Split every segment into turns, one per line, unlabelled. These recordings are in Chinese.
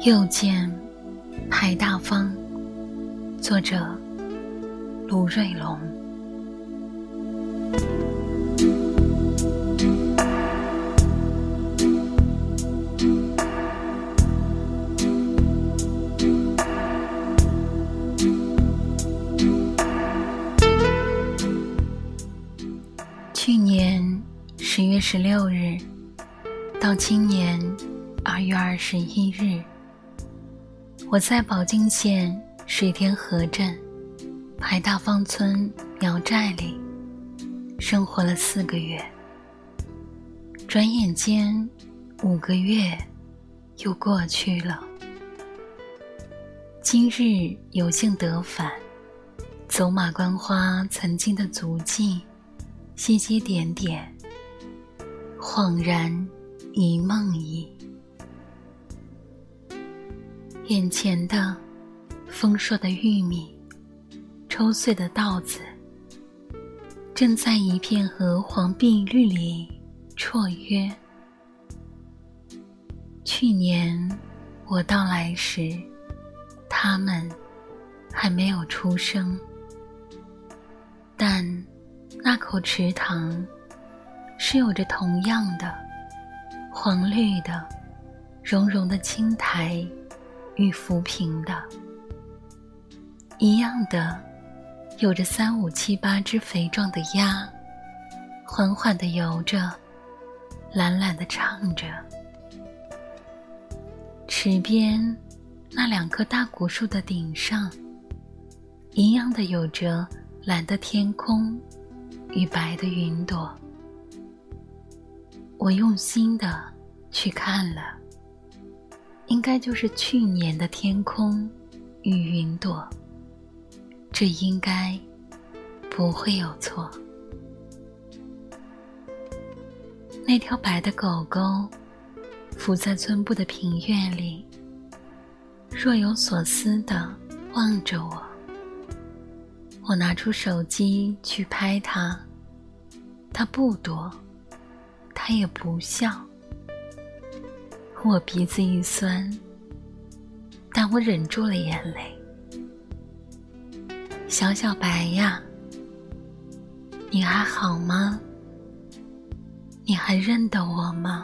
又见派大方，作者卢瑞龙。去年10月16日到今年2月21日，我在保定县水田河镇派大方村苗寨里生活了4个月。转眼间5个月又过去了。今日有幸得返，走马观花曾经的足迹，些些点点，恍然一梦矣。眼前的丰硕的玉米，抽穗的稻子，正在一片鹅黄碧绿里绰约。去年我到来时，他们还没有出生，但那口池塘是有着同样的黄绿的绒绒的青苔与浮萍的，一样的有着3、5、7、8只肥壮的鸭，缓缓地游着，懒懒地唱着。池边那2棵大古树的顶上，一样的有着蓝的天空与白的云朵。我用心地去看了，应该就是去年的天空与云朵，这应该不会有错。那条白的狗狗伏在村部的平院里，若有所思地望着我。我拿出手机去拍它，它不躲，它也不笑。我鼻子一酸，但我忍住了眼泪。小小白呀，你还好吗？你还认得我吗？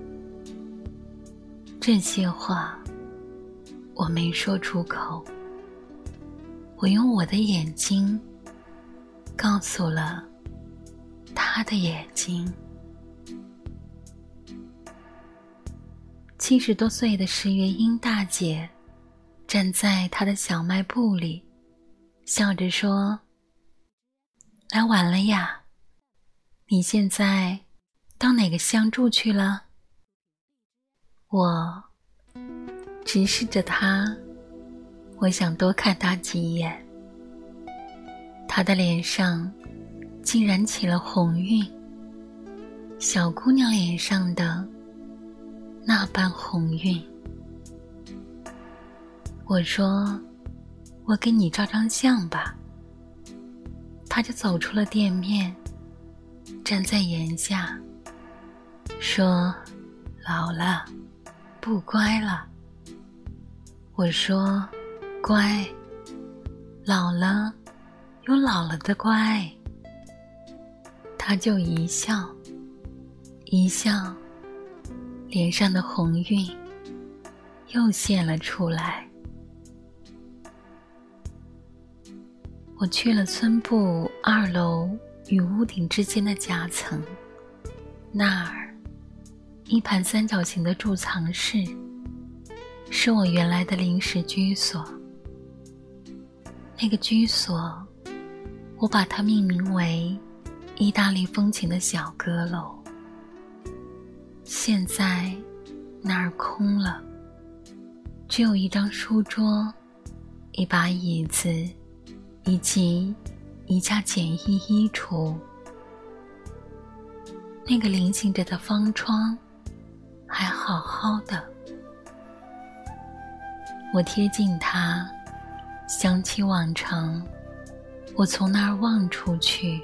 这些话我没说出口，我用我的眼睛告诉了他的眼睛。70多岁的石原英大姐站在她的小卖部里，笑着说：“来晚了呀，你现在到哪个乡住去了？”我直视着她，我想多看她几眼。她的脸上竟燃起了红晕，小姑娘脸上的那般红晕。我说：“我给你照张相吧。”她就走出了店面，站在檐下，说：“老了，不乖了。”我说：“乖，老了有老了的乖。”她就一笑，一笑，脸上的红晕又现了出来。我去了村部2楼与屋顶之间的夹层，那儿一盘3角形的贮藏室，是我原来的临时居所。那个居所，我把它命名为意大利风情的小阁楼。现在那儿空了，只有一张书桌，一把椅子，以及一架简易衣橱。那个菱形着的方窗还好好的。我贴近它，想起往常我从那儿望出去，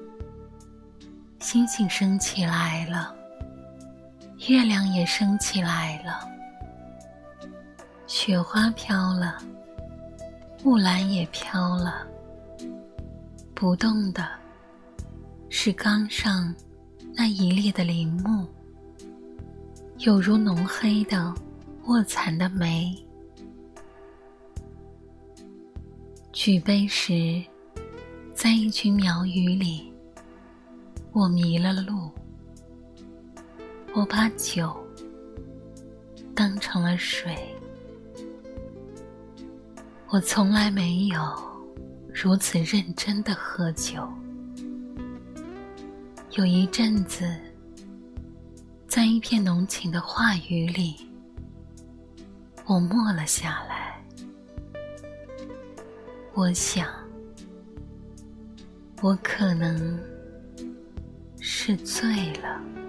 星星升起来了，月亮也升起来了。 雪花飘了，木兰也飘了，不动的是缸上那一列的林木，有如浓黑的卧蚕的梅。举杯时，在一群苗语里，我迷了路。我把酒当成了水。我从来没有如此认真地喝酒。有一阵子，在一片浓情的话语里，我默了下来。我想，我可能是醉了。